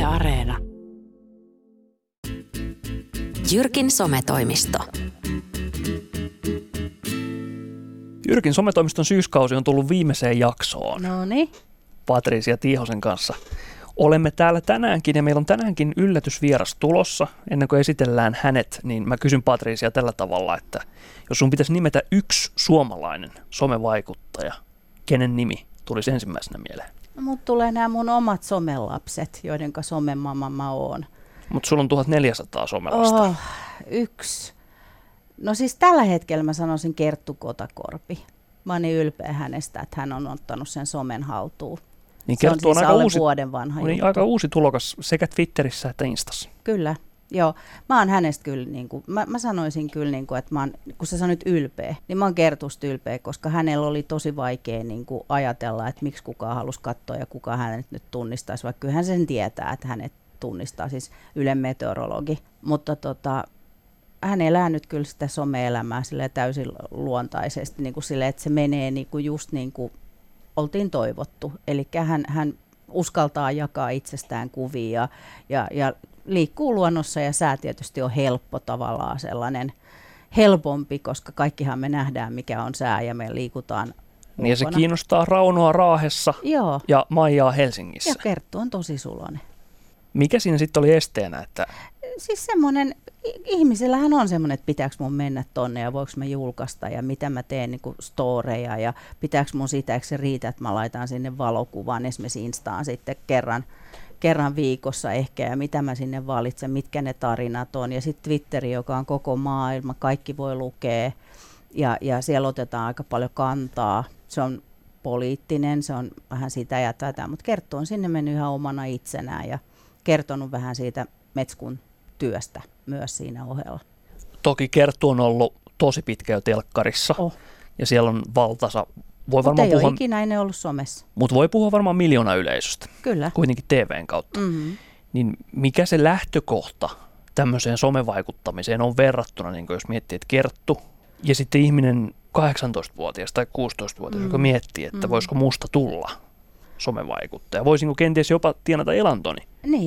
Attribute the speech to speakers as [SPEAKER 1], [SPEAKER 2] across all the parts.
[SPEAKER 1] Areena.
[SPEAKER 2] Jyrkin sometoimisto.
[SPEAKER 3] Jyrkin sometoimiston syyskausi on tullut viimeiseen jaksoon.
[SPEAKER 2] Noniin.
[SPEAKER 3] Patricia Tiihosen kanssa. Olemme täällä tänäänkin ja meillä on tänäänkin yllätysvieras tulossa. Ennen kuin esitellään hänet, niin mä kysyn Patricia tällä tavalla, että jos sun pitäisi nimetä yksi suomalainen somevaikuttaja, kenen nimi tulisi ensimmäisenä mieleen?
[SPEAKER 2] No, mut tulee nämä mun omat somelapset, joiden somemamma mä oon.
[SPEAKER 3] Mutta sulla on 1400 somelasta.
[SPEAKER 2] Yksi. No siis tällä hetkellä mä sanoisin Kerttu Kotakorpi. Mä oon niin ylpeä hänestä, että hän on ottanut sen somen haltuun.
[SPEAKER 3] Niin
[SPEAKER 2] se on siis
[SPEAKER 3] aika
[SPEAKER 2] alle
[SPEAKER 3] uusi,
[SPEAKER 2] vuoden vanha
[SPEAKER 3] niin
[SPEAKER 2] juttu.
[SPEAKER 3] aika uusi tulokas sekä Twitterissä että Instassa.
[SPEAKER 2] Kyllä, joo. Mä oon hänestä kyllä, niin kuin, mä sanoisin kyllä, niin kuin, että mä oon, kun sä sanoit ylpeä, niin mä oon Kertusta ylpeä, koska hänellä oli tosi vaikea niin kuin ajatella, että miksi kukaan halusi katsoa ja kuka hänet nyt tunnistaisi, vaikka kyllähän sen tietää, että hänet tunnistaa, siis Ylen meteorologi. Mutta hän elää nyt kyllä sitä some-elämää täysin luontaisesti, niin kuin sille, että se menee niin kuin just niin kuin oltiin toivottu. Eli hän uskaltaa jakaa itsestään kuvia ja liikkuu luonnossa ja sää tietysti on helppo tavallaan sellainen helpompi, koska kaikkihan me nähdään mikä on sää ja me liikutaan
[SPEAKER 3] Niin ja se kiinnostaa Raunoa Raahessa.
[SPEAKER 2] Joo.
[SPEAKER 3] Ja Maijaa Helsingissä.
[SPEAKER 2] Ja Kerttu on tosi suloinen.
[SPEAKER 3] Mikä siinä sitten oli esteenä? Että
[SPEAKER 2] siis semmoinen, ihmisellähän on semmoinen, että pitääkö mun mennä tonne ja voiko mä julkaista ja mitä mä teen niin kuin storeja ja pitääkö mun siitä, eikö se riitä, että mä laitan sinne valokuvan esimerkiksi Instaan sitten kerran viikossa ehkä ja mitä mä sinne valitsen, mitkä ne tarinat on ja sitten Twitteri, joka on koko maailma, kaikki voi lukea ja siellä otetaan aika paljon kantaa. Se on poliittinen, se on vähän sitä ja tätä, mutta Kerttu on sinne mennyt ihan omana itsenään ja kertonut vähän siitä Metskun työstä myös siinä ohella.
[SPEAKER 3] Toki Kerttu on ollut tosi pitkä jo telkkarissa ja siellä on valtasa. Mutta
[SPEAKER 2] ei ole ikinä ne ollut somessa.
[SPEAKER 3] Mutta voi puhua varmaan miljoona yleisöstä.
[SPEAKER 2] Kyllä.
[SPEAKER 3] Kuitenkin TVn kautta. Mm-hmm. Niin mikä se lähtökohta tämmöiseen somevaikuttamiseen on verrattuna, niin jos miettii, että Kerttu ja sitten ihminen 18-vuotias tai 16-vuotias, joka miettii, että voisiko musta tulla somevaikuttaja. Voisinko kenties jopa tienata elantoni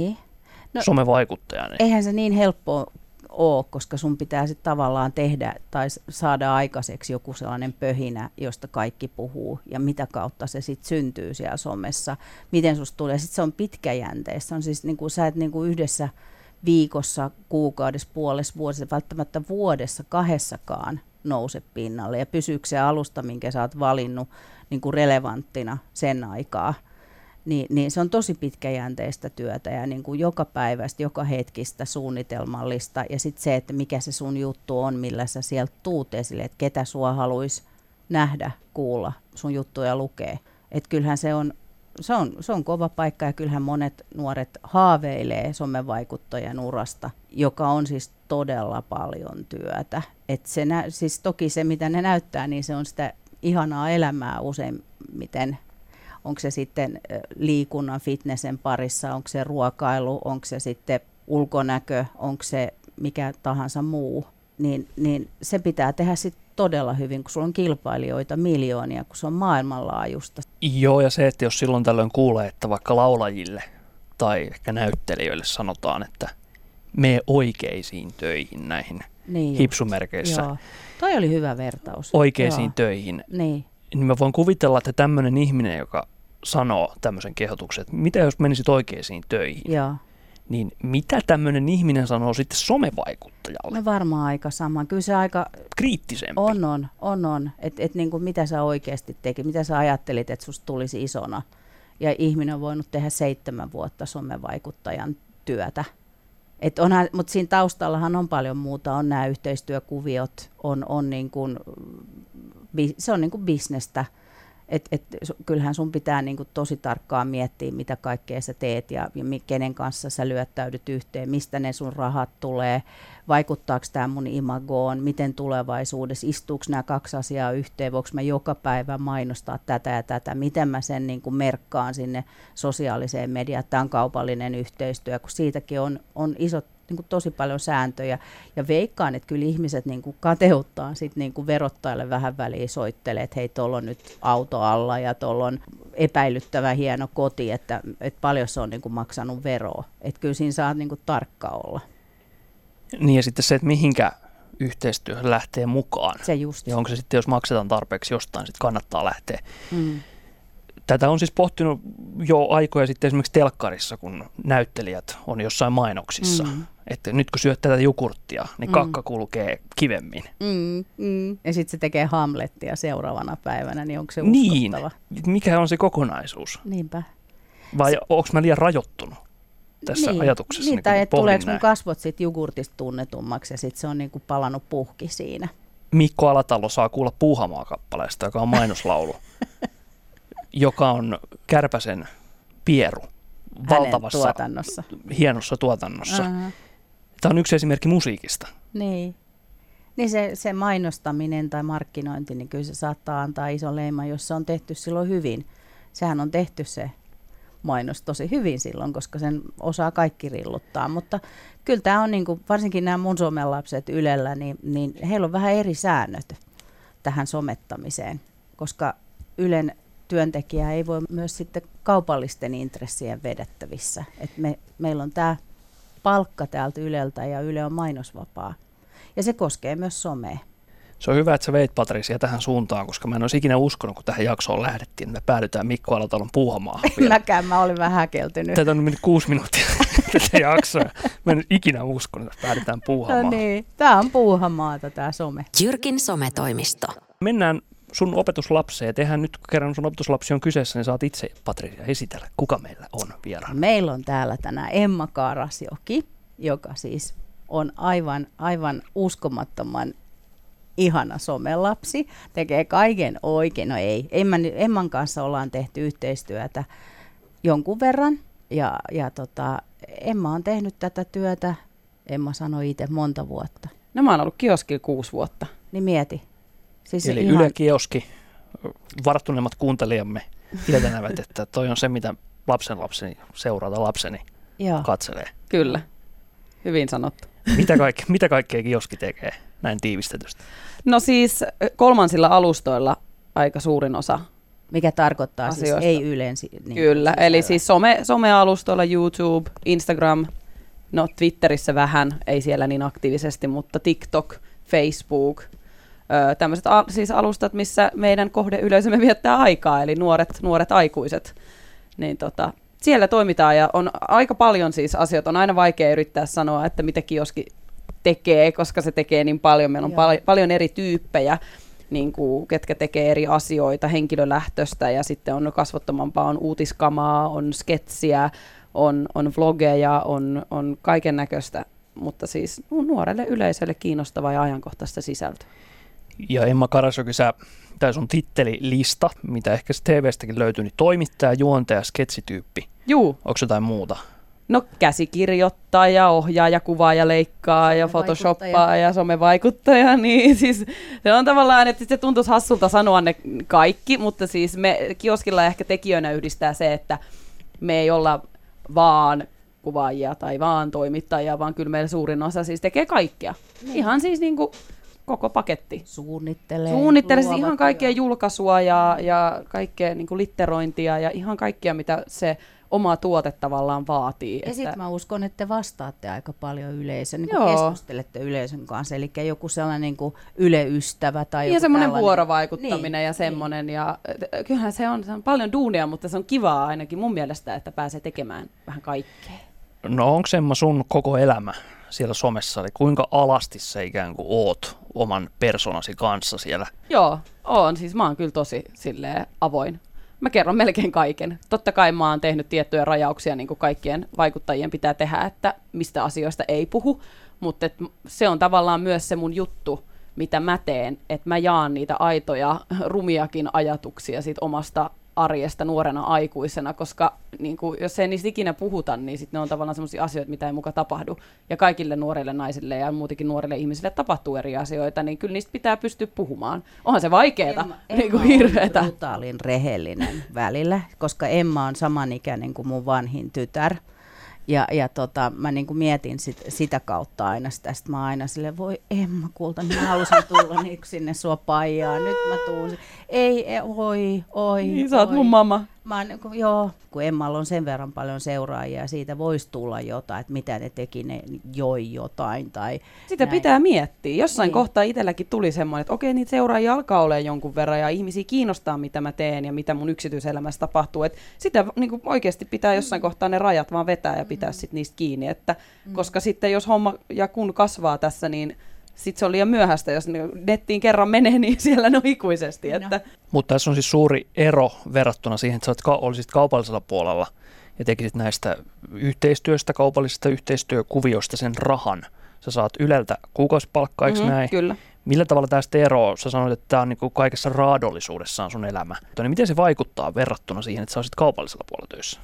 [SPEAKER 3] somevaikuttajana?
[SPEAKER 2] Eihän se niin helppoa ole, koska sun pitää sitten tavallaan tehdä tai saada aikaiseksi joku sellainen pöhinä, josta kaikki puhuu ja mitä kautta se sitten syntyy siellä somessa. Miten susta tulee? Sitten se on pitkäjänteistä. Se on siis niin kuin, sä et niin kuin yhdessä viikossa, kuukaudessa, puolessa vuodessa, välttämättä vuodessa, kahdessakaan nouse pinnalle ja pysyykö se alusta, minkä sä oot valinnut niin kuin relevanttina sen aikaa. Niin se on tosi pitkäjänteistä työtä ja niin kuin joka päivästä, joka hetkistä suunnitelmallista ja sitten se, että mikä se sun juttu on, millä sä sieltä tuut esille, että ketä sua haluaisi nähdä, kuulla, sun juttuja lukee. Että kyllähän se on kova paikka ja kyllähän monet nuoret haaveilee somevaikuttajan urasta, joka on siis todella paljon työtä. Et siis toki se, mitä ne näyttää, niin se on sitä ihanaa elämää useimmiten. Onko se sitten liikunnan, fitnessen parissa, onko se ruokailu, onko se sitten ulkonäkö, onko se mikä tahansa muu, niin se pitää tehdä sitten todella hyvin, kun sulla on kilpailijoita miljoonia, kun se on maailmanlaajuista.
[SPEAKER 3] Joo, ja se, että jos silloin tällöin kuulee, että vaikka laulajille tai ehkä näyttelijöille sanotaan, että mene oikeisiin töihin näihin hipsumerkeissä.
[SPEAKER 2] Joo, toi oli hyvä vertaus.
[SPEAKER 3] Oikeisiin töihin.
[SPEAKER 2] Niin
[SPEAKER 3] mä voin kuvitella, että tämmöinen ihminen, joka sanoo tämmöisen kehotuksen, että mitä jos menisit oikeisiin töihin, niin mitä tämmöinen ihminen sanoo sitten somevaikuttajalle?
[SPEAKER 2] No varmaan aika sama. Kyllä se aika
[SPEAKER 3] kriittisempi.
[SPEAKER 2] On. Että niin kuin mitä sä oikeasti tekit, mitä sä ajattelit, että susta tulisi isona. Ja ihminen on voinut tehdä 7 vuotta somevaikuttajan työtä. Mutta siinä taustallahan on paljon muuta. On nämä yhteistyökuviot, on niin kuin, se on niin kuin bisnestä. Kyllähän sun pitää niin kuin tosi tarkkaan miettiä, mitä kaikkea sä teet ja kenen kanssa sä lyöttäydyt yhteen, mistä ne sun rahat tulee, vaikuttaako tämä mun imagoon, miten tulevaisuudessa, istuuko nämä 2 asiaa yhteen, voiko mä joka päivä mainostaa tätä ja tätä, miten mä sen niin kuin merkkaan sinne sosiaaliseen mediaan, tämä on kaupallinen yhteistyö, kun siitäkin on isot niin kuin tosi paljon sääntöjä. Ja veikkaan, että kyllä ihmiset niin kuin kateuttaa sit niin kuin verottajalle vähän väliin soittelee, että hei, tuolla on nyt auto alla ja tuolla on epäilyttävä hieno koti, että paljon se on niin kuin maksanut veroa. Että kyllä siinä saa niin kuin tarkka olla.
[SPEAKER 3] Niin ja sitten se, että mihinkä yhteistyöhön lähtee mukaan.
[SPEAKER 2] Se just.
[SPEAKER 3] Ja onko se sitten, jos maksetaan tarpeeksi jostain, sitten kannattaa lähteä. Tätä on siis pohtinut jo aikoja sitten esimerkiksi telkkarissa, kun näyttelijät on jossain mainoksissa. Että nyt kun syöt tätä jogurttia, niin kakka kulkee kivemmin.
[SPEAKER 2] Ja sitten se tekee Hamlettia seuraavana päivänä, niin onko se uskottava?
[SPEAKER 3] Niin, mikä on se kokonaisuus?
[SPEAKER 2] Niinpä.
[SPEAKER 3] Vai onko mä liian rajoittunut tässä ajatuksessa?
[SPEAKER 2] Niin, tai tuleeko mun kasvot sitten jogurtista tunnetummaksi ja sitten se on niinku palannut puhki siinä.
[SPEAKER 3] Mikko Alatalo saa kuulla Puuhamaa-kappaleesta, joka on mainoslaulu, joka on Kärpäsen Pieru valtavassa
[SPEAKER 2] tuotannossa.
[SPEAKER 3] Hienossa tuotannossa. Tämä on yksi esimerkki musiikista.
[SPEAKER 2] Niin se mainostaminen tai markkinointi, niin kyllä se saattaa antaa ison leiman, jos se on tehty silloin hyvin. Sehän on tehty se mainos tosi hyvin silloin, koska sen osaa kaikki rilluttaa. Mutta kyllä tämä on, niin kuin, varsinkin nämä mun somelapset Ylellä, niin heillä on vähän eri säännöt tähän somettamiseen, koska Ylen työntekijä ei voi myös sitten kaupallisten intressien vedettävissä. Et meillä on tämä palkka täältä Yleltä ja Yle on mainosvapaa. Ja se koskee myös somea.
[SPEAKER 3] Se on hyvä, että sä veit Patricia tähän suuntaan, koska mä en olisi ikinä uskonut, kun tähän jaksoon lähdettiin, että me päädytään Mikko Alatalon Puuhamaan.
[SPEAKER 2] Mä olin vähän häkeltynyt.
[SPEAKER 3] Tätä on mennyt 6 minuuttia tätä jaksoa. Mä en ikinä uskonut, että päädytään Puuhamaan.
[SPEAKER 2] No niin, tää on Puuhamaata tää some.
[SPEAKER 1] Jyrkin sometoimisto.
[SPEAKER 3] Mennään sun opetuslapseen. Tehän nyt, kun kerran sun opetuslapsi on kyseessä, niin saat itse, Patricia, esitellä, kuka meillä on vieraana.
[SPEAKER 2] Meillä on täällä tänään Emma Kaarasjoki, joka siis on aivan uskomattoman ihana somelapsi, tekee kaiken oikein. No ei, Emman kanssa ollaan tehty yhteistyötä jonkun verran ja Emma on tehnyt tätä työtä, Emma sanoi itse monta vuotta.
[SPEAKER 4] No mä oon ollut kioskilla 6 vuotta.
[SPEAKER 2] Niin mieti.
[SPEAKER 3] Siis eli Yle Kioski, varttuneemmat kuuntelijamme tietänevät, että toi on se, mitä lapseni seuraa tai lapseni katselee.
[SPEAKER 4] Kyllä, hyvin sanottu.
[SPEAKER 3] Mitä kaikkea kioski tekee näin tiivistetysti?
[SPEAKER 4] No siis kolmansilla alustoilla aika suurin osa.
[SPEAKER 2] Mikä tarkoittaa
[SPEAKER 4] asioista.
[SPEAKER 2] Siis ei yleensä. Niin
[SPEAKER 4] kyllä, eli siis somealustoilla YouTube, Instagram, no Twitterissä vähän, ei siellä niin aktiivisesti, mutta TikTok, Facebook, tämmöiset siis alustat, missä meidän kohdeyleisömme viettää aikaa, eli nuoret aikuiset. Niin siellä toimitaan ja on aika paljon siis asioita. On aina vaikea yrittää sanoa, että mitä kioski tekee, koska se tekee niin paljon. Meillä on paljon eri tyyppejä, niin kuin, ketkä tekee eri asioita henkilölähtöstä ja sitten on kasvottomampaa, on uutiskamaa, on sketsiä, on vlogeja, on kaiken näköistä, mutta siis nuorelle yleisölle kiinnostavaa ja ajankohtaista sisältöä.
[SPEAKER 3] Ja Emma Kaarasjoki, tämä sun tittelilista, mitä ehkä TV:stäkin löytyy, niin toimittaja, juontaja, sketsityyppi.
[SPEAKER 4] Juu.
[SPEAKER 3] Onko jotain muuta?
[SPEAKER 4] No käsikirjoittaja, ohjaaja, kuvaaja, leikkaaja, photoshoppaaja ja somevaikuttaja, niin siis se on tavallaan, että se tuntuisi hassulta sanoa ne kaikki, mutta siis me kioskilla ehkä tekijöinä yhdistää se, että me ei olla vaan kuvaajia tai vaan toimittajia, vaan kyllä meillä suurin osa siis tekee kaikkea. Ihan siis niinku koko paketti.
[SPEAKER 2] Suunnittelee
[SPEAKER 4] siis ihan kaikkea julkaisua ja kaikkea niinku litterointia ja ihan kaikkea, mitä se oma tuote tavallaan vaatii.
[SPEAKER 2] Ja sitten mä uskon, että te vastaatte aika paljon yleisön, niin keskustelette yleisön kanssa, eli joku sellainen niin kuin Yle-ystävä tai joku
[SPEAKER 4] semmoinen
[SPEAKER 2] tällainen
[SPEAKER 4] vuorovaikuttaminen niin, ja semmoinen. Niin. Ja kyllähän se on paljon duunia, mutta se on kivaa ainakin mun mielestä, että pääsee tekemään vähän kaikkea.
[SPEAKER 3] No onko Emma sun koko elämä siellä somessa, eli kuinka alasti sä ikään kuin oot oman persoonasi kanssa siellä?
[SPEAKER 4] Joo, oon. Siis mä oon kyllä tosi silleen avoin. Mä kerron melkein kaiken. Totta kai mä oon tehnyt tiettyjä rajauksia, niin kuin kaikkien vaikuttajien pitää tehdä, että mistä asioista ei puhu, mutta se on tavallaan myös se mun juttu, mitä mä teen, että mä jaan niitä aitoja, rumiakin ajatuksia siitä omasta arjesta nuorena aikuisena, koska niin kuin, jos ei niistä ikinä puhuta, niin sitten ne on tavallaan sellaisia asioita, mitä ei muka tapahdu. Ja kaikille nuorille naisille ja muutenkin nuorille ihmisille tapahtuu eri asioita, niin kyllä niistä pitää pystyä puhumaan. Onhan se vaikeeta, niin kuin hirveetä.
[SPEAKER 2] Emma on brutaalin rehellinen välillä, koska Emma on samanikäinen kuin mun vanhin tytär. Ja mä niin kuin mietin sitä kautta aina sitä. Sitten mä aina silleen, voi Emma kulta, mä halusin tulla niin sinne sua paijaan. Nyt mä tuun. Ei, oi.
[SPEAKER 4] Niin, sä oot mun mama.
[SPEAKER 2] Joo, kun Emmalla on sen verran paljon seuraajia ja siitä voisi tulla jotain, että mitä ne teki, ne joi jotain. Tai
[SPEAKER 4] sitä
[SPEAKER 2] näin.
[SPEAKER 4] pitää miettiä. Jossain
[SPEAKER 2] Niin.
[SPEAKER 4] kohtaa itselläkin tuli semmoinen, että okei, niitä seuraajia alkaa olemaan jonkun verran ja ihmisiä kiinnostaa, mitä mä teen ja mitä mun yksityiselämässä tapahtuu. Et sitä niin kuin oikeasti pitää jossain kohtaa ne rajat vaan vetää ja pitää sit niistä kiinni. Että, koska sitten jos homma ja kun kasvaa tässä, niin sitten se on liian myöhäistä. Jos nettiin kerran menee, niin siellä ne on ikuisesti.
[SPEAKER 2] No.
[SPEAKER 4] Että
[SPEAKER 3] Mutta tässä on siis suuri ero verrattuna siihen, että sä olisit kaupallisella puolella ja tekisit näistä yhteistyöstä, kaupallisista yhteistyökuvioista sen rahan. Sä saat Yleltä kuukausipalkkaa, eikö näin?
[SPEAKER 4] Kyllä.
[SPEAKER 3] Millä tavalla tästä eroaa? Sä sanoit, että tämä on niinku kaikessa raadollisuudessaan sun elämä. Niin miten se vaikuttaa verrattuna siihen, että sä olisit kaupallisella puolella töissä?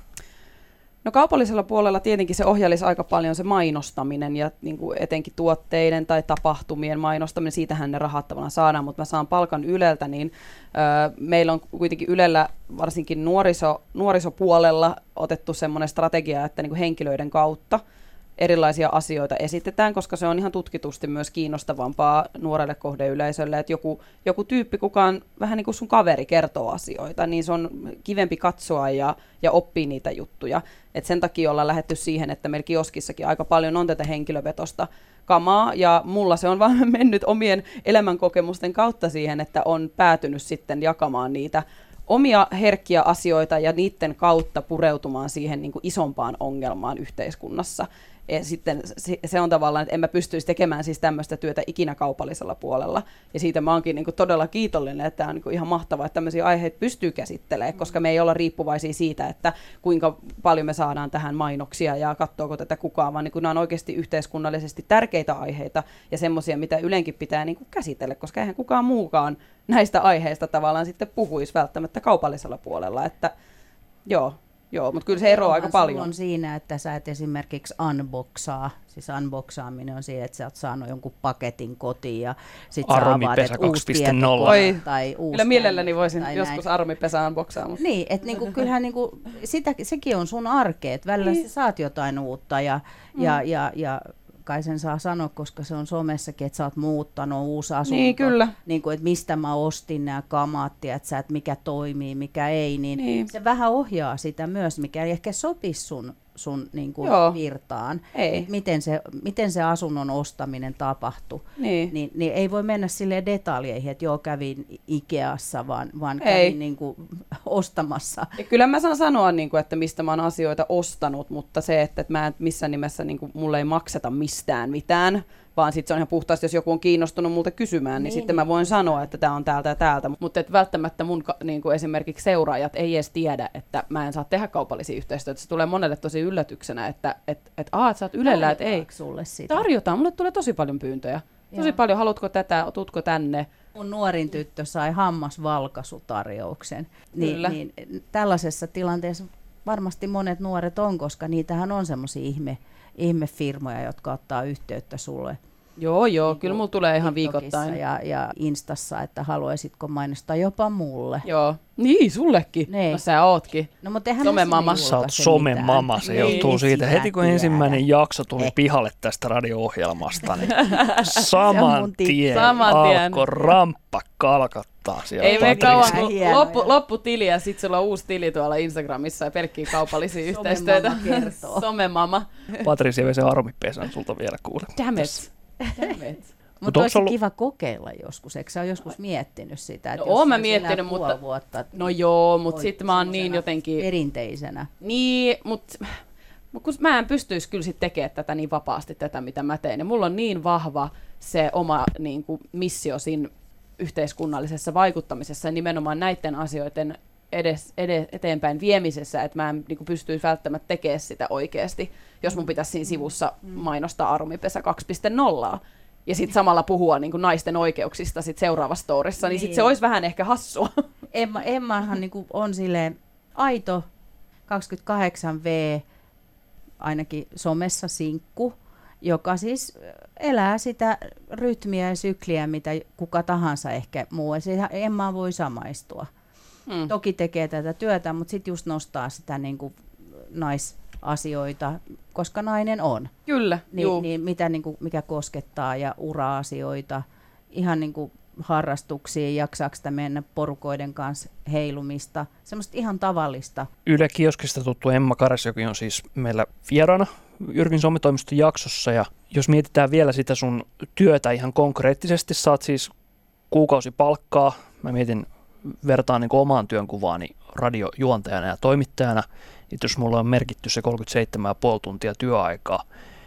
[SPEAKER 4] No kaupallisella puolella tietenkin se ohjailisi aika paljon se mainostaminen ja niin kuin etenkin tuotteiden tai tapahtumien mainostaminen, siitähän ne rahat tavallaan saadaan, mutta mä saan palkan Yleltä, niin meillä on kuitenkin Ylellä varsinkin nuorisopuolella otettu semmoinen strategia, että niin kuin henkilöiden kautta erilaisia asioita esitetään, koska se on ihan tutkitusti myös kiinnostavampaa nuorelle kohdeyleisölle, että joku tyyppi, kuka on vähän niin kuin sun kaveri, kertoo asioita, niin se on kivempi katsoa ja oppia niitä juttuja. Et sen takia ollaan lähdetty siihen, että meillä kioskissakin aika paljon on tätä henkilövetosta kamaa, ja mulla se on vaan mennyt omien elämänkokemusten kautta siihen, että on päätynyt sitten jakamaan niitä omia herkkiä asioita ja niiden kautta pureutumaan siihen niin kuin isompaan ongelmaan yhteiskunnassa. Ja sitten se on tavallaan, että en mä pystyisi tekemään siis tämmöistä työtä ikinä kaupallisella puolella. Ja siitä mä oonkin niin kuin todella kiitollinen, että tämä on niin kuin ihan mahtavaa, että tämmöisiä aiheita pystyy käsittelemään, koska me ei olla riippuvaisia siitä, että kuinka paljon me saadaan tähän mainoksia ja katsoako tätä kukaan, vaan niin kuin nämä on oikeasti yhteiskunnallisesti tärkeitä aiheita ja semmoisia, mitä Ylenkin pitää niin kuin käsitellä, koska eihän kukaan muukaan näistä aiheista tavallaan sitten puhuisi välttämättä kaupallisella puolella, että Joo, mutta kyllä se eroaa aika paljon.
[SPEAKER 2] On siinä, että sä et esimerkiksi unboxaa. Siis unboxaaminen on siinä, että sä oot saanut jonkun paketin kotiin ja sit sä avaat, että uusi tietokone tai uusi.
[SPEAKER 4] Kyllä mielelläni voisin joskus Armipesä unboxaa. Mutta.
[SPEAKER 2] Niin, että niinku, kyllähän niinku, sekin on sun arkea, että välillä sä saat jotain uutta ja kai sen saa sanoa, koska se on somessakin, että sä oot muuttanut, uusi asunto.
[SPEAKER 4] Niin, kyllä.
[SPEAKER 2] Niin kuin, että mistä mä ostin nämä kamat, että sä, että mikä toimii, mikä ei, niin se vähän ohjaa sitä myös, mikä ei ehkä sopisi sun niin kuin virtaan. Miten se asunnon ostaminen tapahtui. Niin ei voi mennä silleen detaljeihin, että kävin Ikeassa, vaan kävin niin kuin ostamassa.
[SPEAKER 4] Ja kyllä mä saan sanoa, niin kuin, että mistä mä oon asioita ostanut, mutta se, että mä en missään nimessä niin kuin, mulle ei makseta mistään mitään, vaan sitten se on ihan puhtaasti, jos joku on kiinnostunut multa kysymään, niin sitten mä voin sanoa, että tämä on täältä ja täältä. Mutta välttämättä mun niin kuin esimerkiksi seuraajat ei edes tiedä, että mä en saa tehdä kaupallisia yhteistyötä. Se tulee monelle tosi yllätyksenä, että sä oot Ylellä, että ei.
[SPEAKER 2] Sulle sitä?
[SPEAKER 4] Tarjotaan. Mulle tulee tosi paljon pyyntöjä. Tosi paljon, haluatko tätä, tutko tänne?
[SPEAKER 2] Mun nuorin tyttö sai hammasvalkaisutarjouksen. Niin tällaisessa tilanteessa varmasti monet nuoret on, koska niitähän on semmoisia ihmefirmoja, jotka ottaa yhteyttä sulle.
[SPEAKER 4] Joo, niin kyllä mulla tulee ihan viikoittain.
[SPEAKER 2] Ja Instassa, että haluaisitko mainostaa jopa mulle.
[SPEAKER 4] Joo, niin sullekin.
[SPEAKER 2] Niin.
[SPEAKER 4] No sä ootkin.
[SPEAKER 2] No, mutta
[SPEAKER 4] somemama.
[SPEAKER 3] Sä oot somemama, se johtuu siitä. Heti kun ensimmäinen jakso tuli pihalle tästä radio-ohjelmasta, niin saman tien alkoi ramppa kalkattaa siellä.
[SPEAKER 4] Ei mene kauan, kun lopputili ja sitten sulla on uusi tili tuolla Instagramissa ja pelkkiä kaupallisia yhteistyötä. Somemama.
[SPEAKER 3] Patricia vei se Armipesän sulta vielä kuule.
[SPEAKER 4] Damn it.
[SPEAKER 2] Mutta olisi kiva kokeilla joskus, eikö sä ole joskus miettinyt sitä?
[SPEAKER 4] No oon mä miettinyt, mutta no joo, mutta sitten mä oon niin jotenkin
[SPEAKER 2] perinteisenä.
[SPEAKER 4] Niin, mutta kun mä en pystyisi kyllä sit tekemään tätä niin vapaasti, tätä mitä mä teen. Ja mulla on niin vahva se oma niin kuin missio siinä yhteiskunnallisessa vaikuttamisessa ja nimenomaan näiden asioiden eteenpäin viemisessä, että mä en niin kuin pystyisi välttämättä tekemään sitä oikeasti, jos mun pitäisi siinä sivussa mainostaa Armipesä 2.0 ja sitten samalla puhua niin kuin naisten oikeuksista sit seuraavassa storissa, niin sitten se olisi vähän ehkä hassua.
[SPEAKER 2] Emmahan niin kuin on silleen aito 28V, ainakin somessa sinkku, joka siis elää sitä rytmiä ja sykliä, mitä kuka tahansa ehkä muu. Emma voi samaistua. Toki tekee tätä työtä, mutta sitten just nostaa sitä niin kuin naisasioita, koska nainen on.
[SPEAKER 4] Kyllä,
[SPEAKER 2] Niin mitä, niin kuin, mikä koskettaa ja ura-asioita, ihan niin kuin harrastuksiin, jaksaako sitä mennä porukoiden kanssa heilumista, semmoista ihan tavallista.
[SPEAKER 3] Yle Kioskista tuttu Emma Karesjoki on siis meillä vieraana Jyrkin sometoimiston jaksossa, ja jos mietitään vielä sitä sun työtä ihan konkreettisesti, saat siis kuukausipalkkaa, mä vertaan niin kuin omaan työnkuvaani radiojuontajana ja toimittajana, että jos mulla on merkitty se 37,5 tuntia työaikaa,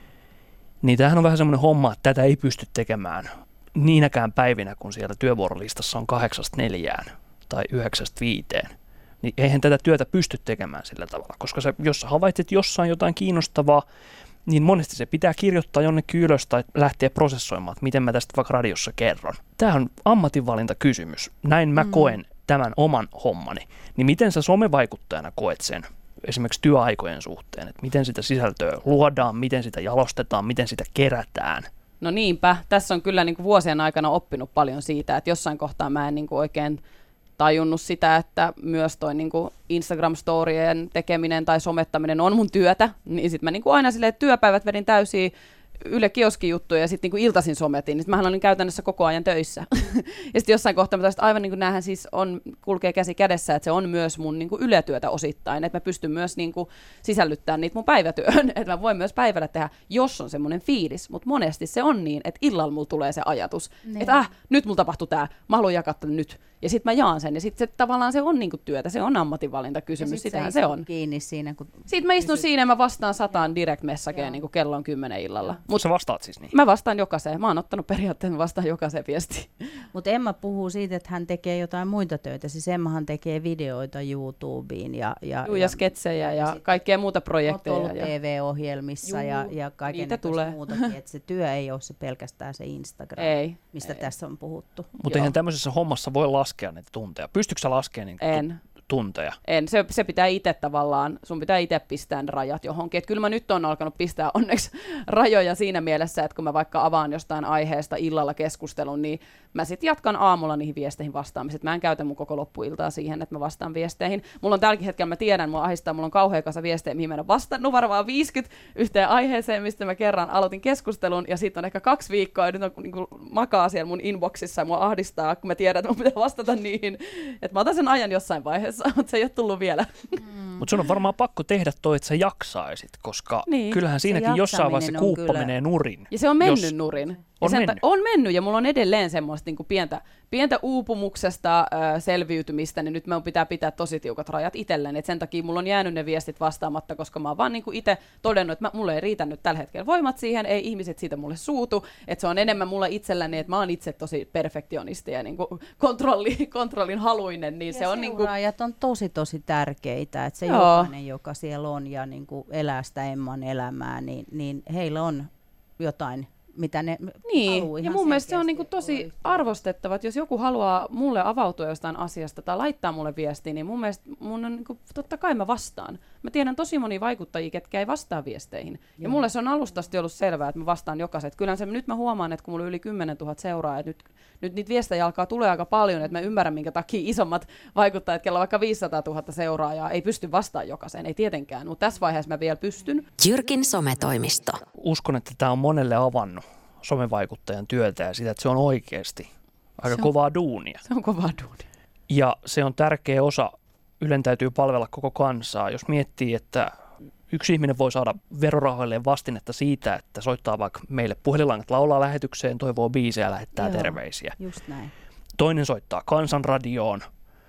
[SPEAKER 3] niin tämähän on vähän semmoinen homma, että tätä ei pysty tekemään niinäkään päivinä, kun siellä työvuorolistassa on 8-4 tai 9-5, niin eihän tätä työtä pysty tekemään sillä tavalla, koska jos sä havaitset jossain jotain kiinnostavaa, niin monesti se pitää kirjoittaa jonnekin ylös tai lähteä prosessoimaan, että miten mä tästä vaikka radiossa kerron. Tämä on ammatinvalintakysymys. Näin mä koen tämän oman hommani. Niin miten sä somevaikuttajana koet sen esimerkiksi työaikojen suhteen, että miten sitä sisältöä luodaan, miten sitä jalostetaan, miten sitä kerätään?
[SPEAKER 4] No niinpä, tässä on kyllä niin kuin vuosien aikana oppinut paljon siitä, että jossain kohtaa mä en niin kuin oikein tajunnut sitä, että myös toi niin kuin Instagram-storien tekeminen tai somettaminen on mun työtä, niin sitten mä niin kuin aina silleen työpäivät vedin täysiä Yle Kioski-juttuja ja sitten niin iltaisin sometin, niin mähän olin käytännössä koko ajan töissä. Ja sitten jossain kohtaa mä taisin, aivan niin kuin näähän siis kulkee käsi kädessä, että se on myös mun niin kuin yletyötä osittain, että mä pystyn myös niin kuin sisällyttämään niitä mun päivätyöhön, että mä voin myös päivällä tehdä, jos on semmoinen fiilis, mutta monesti se on niin, että illalla mulla tulee se ajatus, että nyt mulla tapahtuu tää, mä haluan jakaa tämän nyt. Ja sitten mä jaan sen, ja sitten tavallaan se on niinku työtä, se on ammatinvalintakysymys, sitähän se on.
[SPEAKER 2] Kiinni siinä, kun
[SPEAKER 4] sitten mä istun siinä ja mä vastaan 100 direct-messageen niinku kello on 10 illalla.
[SPEAKER 3] Mutta sä vastaat siis niin?
[SPEAKER 4] Mä vastaan jokaiseen, mä oon ottanut periaatteessa, vastaan jokaiseen viestiin.
[SPEAKER 2] Mutta Emma puhuu siitä, että hän tekee jotain muita töitä, siis Emmahan tekee videoita YouTubeen
[SPEAKER 4] ja sketsejä ja kaikkea muuta projekteja.
[SPEAKER 2] Olet ollut TV-ohjelmissa ja kaiken muutakin, että se työ ei ole se pelkästään se Instagram, mistä tässä on puhuttu.
[SPEAKER 3] Mutta eihän tämmöisessä hommassa voi laskea niitä tunteja. Pystytkö sä laskemaan niitä tunteja?
[SPEAKER 4] En. Se pitää itse tavallaan, sun pitää itse pistää rajat johonkin. Et kyllä mä nyt on alkanut pistää onneksi rajoja siinä mielessä, että kun mä vaikka avaan jostain aiheesta illalla keskustelun, niin mä sitten jatkan aamulla niihin viesteihin vastaamiset. Mä en käytä mun koko loppuiltaa siihen, että mä vastaan viesteihin. Mulla on tälläkin hetkellä, mä tiedän, mulla ahdistaa, mulla on kauhea kasa viestejä, mihin mä en ole vastannut varmaan 50 yhteen aiheeseen, mistä mä kerran aloitin keskustelun, ja sitten on ehkä 2 viikkoa, ja nyt on niin kuin makaa siellä mun inboxissa, ja mua ahdistaa, kun mä tiedän, että mun pitää vastata niihin. Että mä otan sen ajan jossain vaiheessa, mutta se ei ole tullut vielä.
[SPEAKER 3] Mutta sun on varmaan pakko tehdä toi, että sä jaksaisit, koska kyllähän siinäkin jossain vaiheessa kuuppa menee nurin.
[SPEAKER 4] Ja se on mennyt nurin. On mennyt, ja mulla on edelleen semmoista niin kuin pientä uupumuksesta selviytymistä, niin nyt mä pitää pitää tosi tiukat rajat itselleni. Et sen takia mulla on jäänyt ne viestit vastaamatta, koska mä oon vaan niin kuin itse todennut, että mulle ei riitä nyt tällä hetkellä voimat siihen, ei ihmiset siitä mulle suutu, että se on enemmän mulla itselläni, että mä oon itse tosi perfektionisti ja niin kuin kontrollin haluinen. Niin
[SPEAKER 2] ja
[SPEAKER 4] se on
[SPEAKER 2] seuraajat niin kuin on tosi tärkeitä, että se jokainen, joka siellä on ja niin kuin elää sitä Emman elämää, niin heillä on jotain, mitä ne haluaa.
[SPEAKER 4] Ja mun mielestä se on niinku tosi arvostettava, että jos joku haluaa mulle avautua jostain asiasta tai laittaa mulle viestiä, niin mun mielestä mun on niinku, totta kai mä vastaan. Mä tiedän tosi monia vaikuttajia, ketkä ei vastaa viesteihin. Ja mulle se on alustasti ollut selvää, että mä vastaan jokaisen. Kyllä nyt mä huomaan, että kun mulla on yli 10 000 seuraajaa, että nyt niitä viestejä alkaa tulee aika paljon, että mä ymmärrän, minkä takia isommat vaikuttajat, kello vaikka 500 000 seuraajaa, ei pysty vastaamaan jokaiseen, ei tietenkään. Mutta tässä vaiheessa mä vielä pystyn.
[SPEAKER 1] Jyrkin sometoimisto.
[SPEAKER 3] Uskon, että tämä on monelle avannut somevaikuttajan työtä ja sitä, että se on oikeasti aika kovaa duunia.
[SPEAKER 4] Se on kovaa duunia.
[SPEAKER 3] Ja se on tärkeä osa. Ylen täytyy palvella koko kansaa. Jos miettii, että yksi ihminen voi saada verorahoilleen vastinetta siitä, että soittaa vaikka meille puhelinlangat, laulaa lähetykseen, toivoo biisejä ja lähettää terveisiä.
[SPEAKER 2] Just näin.
[SPEAKER 3] Toinen soittaa Kansanradioon.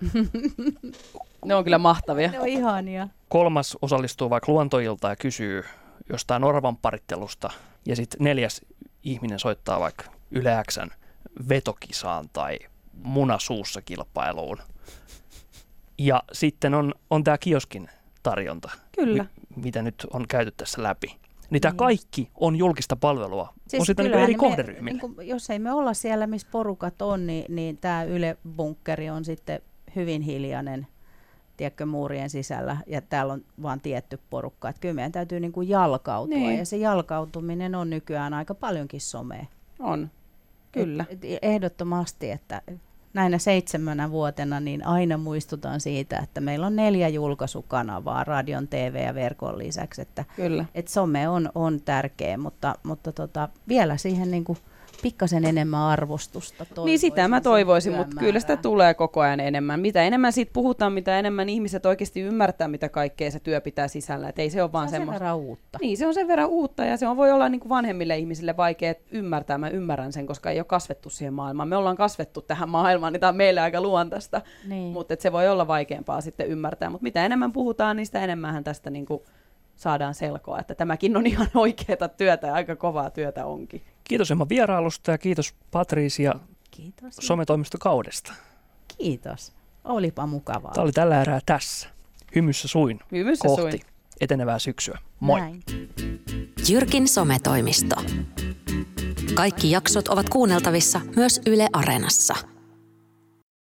[SPEAKER 4] Ne on kyllä mahtavia.
[SPEAKER 2] Ne on ihania.
[SPEAKER 3] Kolmas osallistuu vaikka luontoiltaan ja kysyy jostain oravan parittelusta. Ja sitten 4. ihminen soittaa vaikka Yle X:n vetokisaan tai munasuussa kilpailuun. Ja sitten on tämä kioskin tarjonta,
[SPEAKER 4] kyllä.
[SPEAKER 3] Mitä nyt on käyty tässä läpi. Niin tämä kaikki on julkista palvelua.
[SPEAKER 2] Siis
[SPEAKER 3] on sitten eri kohderyhmille.
[SPEAKER 2] Jos ei me olla siellä, missä porukat on, niin tämä Yle-bunkkeri on sitten hyvin hiljainen, tiedätkö, muurien sisällä, ja täällä on vaan tietty porukka. Että kyllä meidän täytyy niin kuin jalkautua, ja se jalkautuminen on nykyään aika paljonkin somea.
[SPEAKER 4] On, kyllä.
[SPEAKER 2] Ehdottomasti, että näinä 7 vuotena niin aina muistutan siitä, että meillä on 4 julkaisukanavaa radion, TV ja verkon lisäksi, että some on tärkeä, mutta vielä siihen niin kuin pikkasen enemmän arvostusta.
[SPEAKER 4] Niin sitä mä toivoisin, mutta kyllä sitä tulee koko ajan enemmän. Mitä enemmän siitä puhutaan, mitä enemmän ihmiset oikeasti ymmärtää, mitä kaikkea se työ pitää sisällä. Et ei se ole vaan
[SPEAKER 2] se on sen verran uutta.
[SPEAKER 4] Niin, se on sen verran uutta ja se voi olla niin kuin vanhemmille ihmisille vaikea ymmärtää. Mä ymmärrän sen, koska ei ole kasvettu siihen maailmaan. Me ollaan kasvettu tähän maailmaan, niin tämä on meille aika luontaista. Niin. Mutta se voi olla vaikeampaa sitten ymmärtää. Mutta mitä enemmän puhutaan, niin sitä enemmän tästä niin kuin saadaan selkoa, että tämäkin on ihan oikeaa työtä ja aika kovaa työtä onkin.
[SPEAKER 3] Kiitos Emma vierailusta ja kiitos Patricia sometoimistokaudesta.
[SPEAKER 2] Kiitos. Olipa mukavaa.
[SPEAKER 3] Tämä oli tällä erää tässä. Hymyssä suin. Kohti etenevää syksyä. Moi. Näin.
[SPEAKER 1] Jyrkin sometoimisto. Kaikki jaksot ovat kuunneltavissa myös Yle Areenassa.